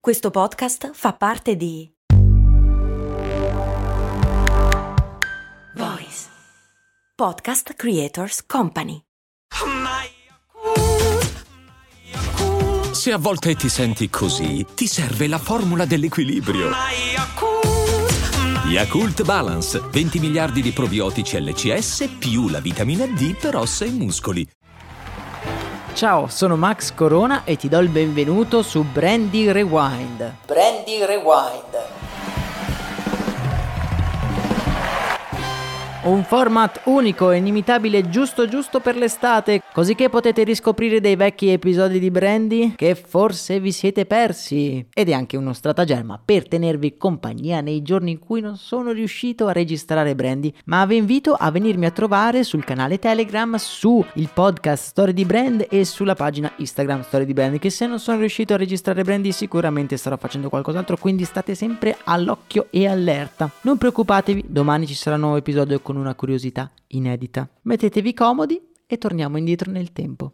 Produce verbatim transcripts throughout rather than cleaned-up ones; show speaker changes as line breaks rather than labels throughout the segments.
Questo podcast fa parte di Voice Podcast Creators Company.
Se a volte ti senti così, ti serve la formula dell'equilibrio. Yakult Balance, venti miliardi di probiotici L C S più la vitamina D per ossa e muscoli.
Ciao, sono Max Corona e ti do il benvenuto su Brandy Rewind. Brandy Rewind. Un format unico e inimitabile giusto giusto per l'estate, così che potete riscoprire dei vecchi episodi di Brandy che forse vi siete persi. Ed è anche uno stratagemma per tenervi compagnia nei giorni in cui non sono riuscito a registrare Brandy, ma vi invito a venirmi a trovare sul canale Telegram, su il podcast Storie di Brand e sulla pagina Instagram Storie di Brand, che se non sono riuscito a registrare Brandy sicuramente starò facendo qualcos'altro, quindi state sempre all'occhio e allerta. Non preoccupatevi, domani ci sarà un nuovo episodio con una curiosità inedita. Mettetevi comodi e torniamo indietro nel tempo.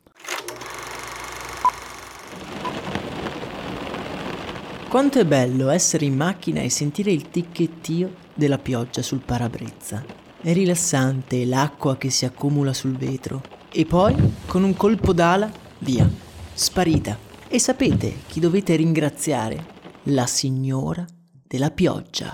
Quanto è bello essere in macchina e sentire il ticchettio della pioggia sul parabrezza. È rilassante l'acqua che si accumula sul vetro e poi, con un colpo d'ala, via, sparita. E sapete chi dovete ringraziare? La signora della pioggia.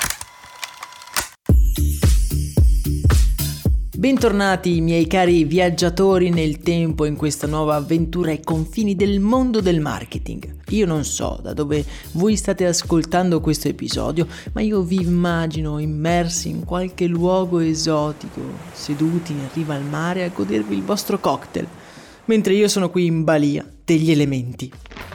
Bentornati miei cari viaggiatori nel tempo in questa nuova avventura ai confini del mondo del marketing. Io non so da dove voi state ascoltando questo episodio, ma io vi immagino immersi in qualche luogo esotico, seduti in riva al mare a godervi il vostro cocktail, mentre io sono qui in balia degli elementi.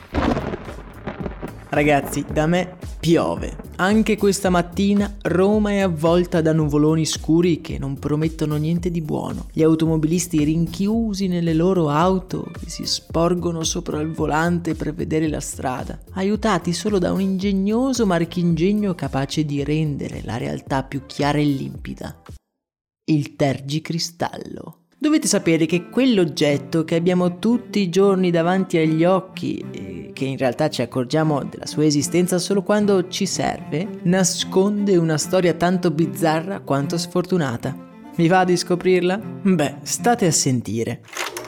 Ragazzi, da me piove. Anche questa mattina Roma è avvolta da nuvoloni scuri che non promettono niente di buono. Gli automobilisti rinchiusi nelle loro auto che si sporgono sopra il volante per vedere la strada, aiutati solo da un ingegnoso marchingegno capace di rendere la realtà più chiara e limpida. Il tergicristallo. Dovete sapere che quell'oggetto che abbiamo tutti i giorni davanti agli occhi e che in realtà ci accorgiamo della sua esistenza solo quando ci serve, nasconde una storia tanto bizzarra quanto sfortunata. Vi va di scoprirla? Beh, state a sentire.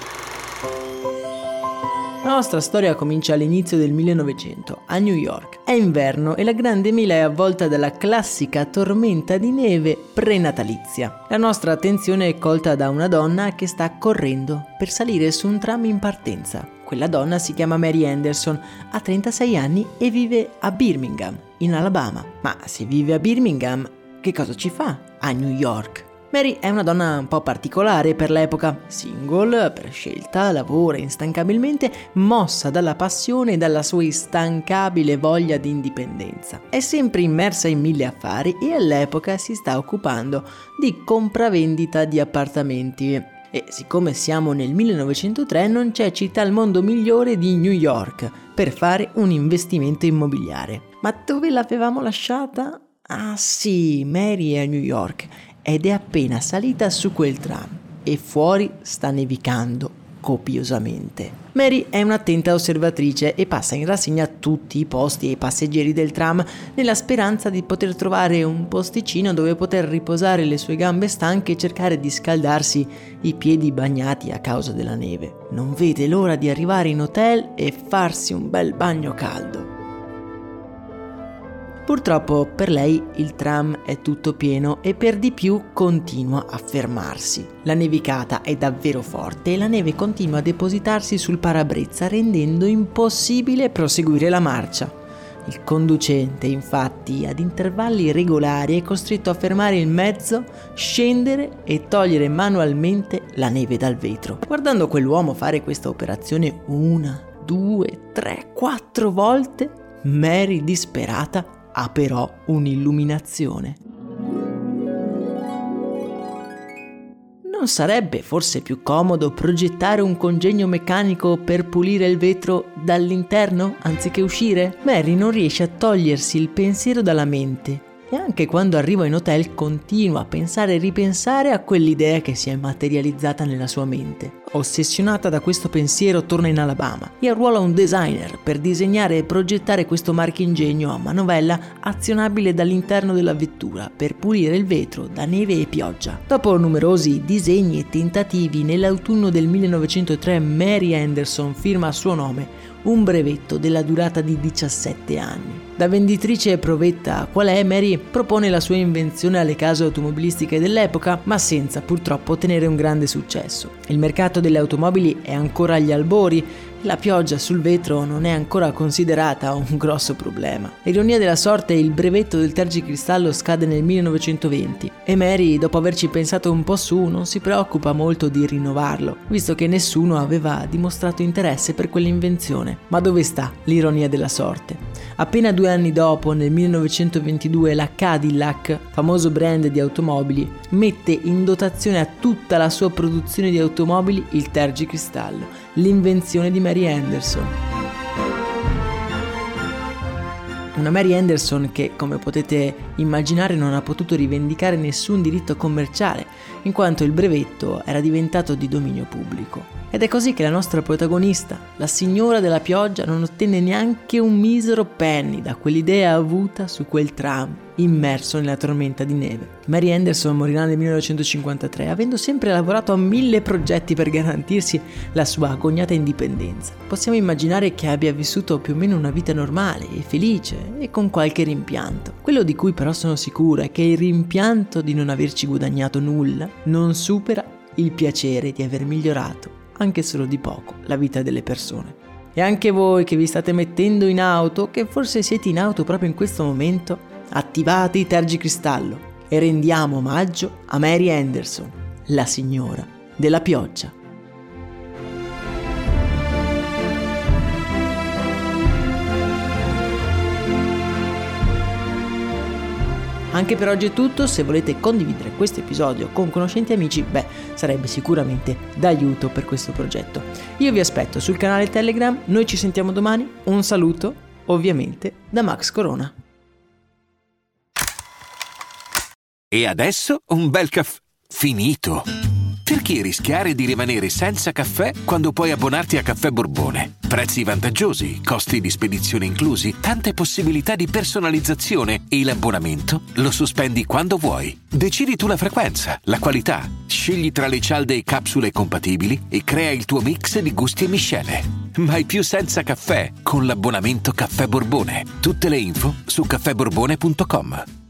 La nostra storia comincia all'inizio del millenovecento, a New York. È inverno e la grande mela è avvolta dalla classica tormenta di neve prenatalizia. La nostra attenzione è colta da una donna che sta correndo per salire su un tram in partenza. Quella donna si chiama Mary Anderson, ha trentasei anni e vive a Birmingham, in Alabama. Ma se vive a Birmingham, che cosa ci fa a New York? Mary è una donna un po' particolare per l'epoca, single, per scelta, lavora instancabilmente, mossa dalla passione e dalla sua instancabile voglia di indipendenza. È sempre immersa in mille affari e all'epoca si sta occupando di compravendita di appartamenti. E siccome siamo nel millenovecentotre non c'è città al mondo migliore di New York per fare un investimento immobiliare. Ma dove l'avevamo lasciata? Ah sì, Mary è a New York. Ed è appena salita su quel tram e fuori sta nevicando copiosamente. Mary è un'attenta osservatrice e passa in rassegna tutti i posti e i passeggeri del tram nella speranza di poter trovare un posticino dove poter riposare le sue gambe stanche e cercare di scaldarsi i piedi bagnati a causa della neve. Non vede l'ora di arrivare in hotel e farsi un bel bagno caldo. Purtroppo per lei il tram è tutto pieno e per di più continua a fermarsi. La nevicata è davvero forte e la neve continua a depositarsi sul parabrezza rendendo impossibile proseguire la marcia. Il conducente infatti ad intervalli regolari è costretto a fermare il mezzo, scendere e togliere manualmente la neve dal vetro. Guardando quell'uomo fare questa operazione una, due, tre, quattro volte, Mary disperata ha però un'illuminazione. Non sarebbe forse più comodo progettare un congegno meccanico per pulire il vetro dall'interno anziché uscire? Mary non riesce a togliersi il pensiero dalla mente e anche quando arriva in hotel continua a pensare e ripensare a quell'idea che si è materializzata nella sua mente. Ossessionata da questo pensiero torna in Alabama e arruola un designer per disegnare e progettare questo marchingegno a manovella azionabile dall'interno della vettura per pulire il vetro da neve e pioggia. Dopo numerosi disegni e tentativi, nell'autunno del millenovecentotre Mary Anderson firma a suo nome un brevetto della durata di diciassette anni. Da venditrice provetta qual è, Mary propone la sua invenzione alle case automobilistiche dell'epoca, ma senza purtroppo ottenere un grande successo. Il mercato delle automobili è ancora agli albori, la pioggia sul vetro non è ancora considerata un grosso problema. Ironia della sorte, il brevetto del tergicristallo scade nel millenovecentoventi e Mary, dopo averci pensato un po' su, non si preoccupa molto di rinnovarlo, visto che nessuno aveva dimostrato interesse per quell'invenzione. Ma dove sta l'ironia della sorte? Appena due anni dopo, nel millenovecentoventidue, la Cadillac, famoso brand di automobili, mette in dotazione a tutta la sua produzione di automobili il tergicristallo, l'invenzione di Mary Anderson. Una Mary Anderson che, come potete immaginare, non ha potuto rivendicare nessun diritto commerciale, in quanto il brevetto era diventato di dominio pubblico. Ed è così che la nostra protagonista, la signora della pioggia, non ottenne neanche un misero penny da quell'idea avuta su quel tram immerso nella tormenta di neve. Mary Anderson morirà nel millenovecentocinquantatré, avendo sempre lavorato a mille progetti per garantirsi la sua agognata indipendenza. Possiamo immaginare che abbia vissuto più o meno una vita normale e felice e con qualche rimpianto. Quello di cui però sono sicura è che il rimpianto di non averci guadagnato nulla non supera il piacere di aver migliorato anche solo di poco la vita delle persone. E anche voi che vi state mettendo in auto, che forse siete in auto proprio in questo momento, attivate i tergicristallo e rendiamo omaggio a Mary Anderson, la signora della pioggia. Anche per oggi è tutto. Se volete condividere questo episodio con conoscenti e amici, beh, sarebbe sicuramente d'aiuto per questo progetto. Io vi aspetto sul canale Telegram, noi ci sentiamo domani. Un saluto, ovviamente, da Max Corona.
E adesso un bel caffè finito. Perché rischiare di rimanere senza caffè quando puoi abbonarti a Caffè Borbone? Prezzi vantaggiosi, costi di spedizione inclusi, tante possibilità di personalizzazione e l'abbonamento lo sospendi quando vuoi. Decidi tu la frequenza, la qualità, scegli tra le cialde e capsule compatibili e crea il tuo mix di gusti e miscele. Mai più senza caffè con l'abbonamento Caffè Borbone. Tutte le info su caffè borbone punto com.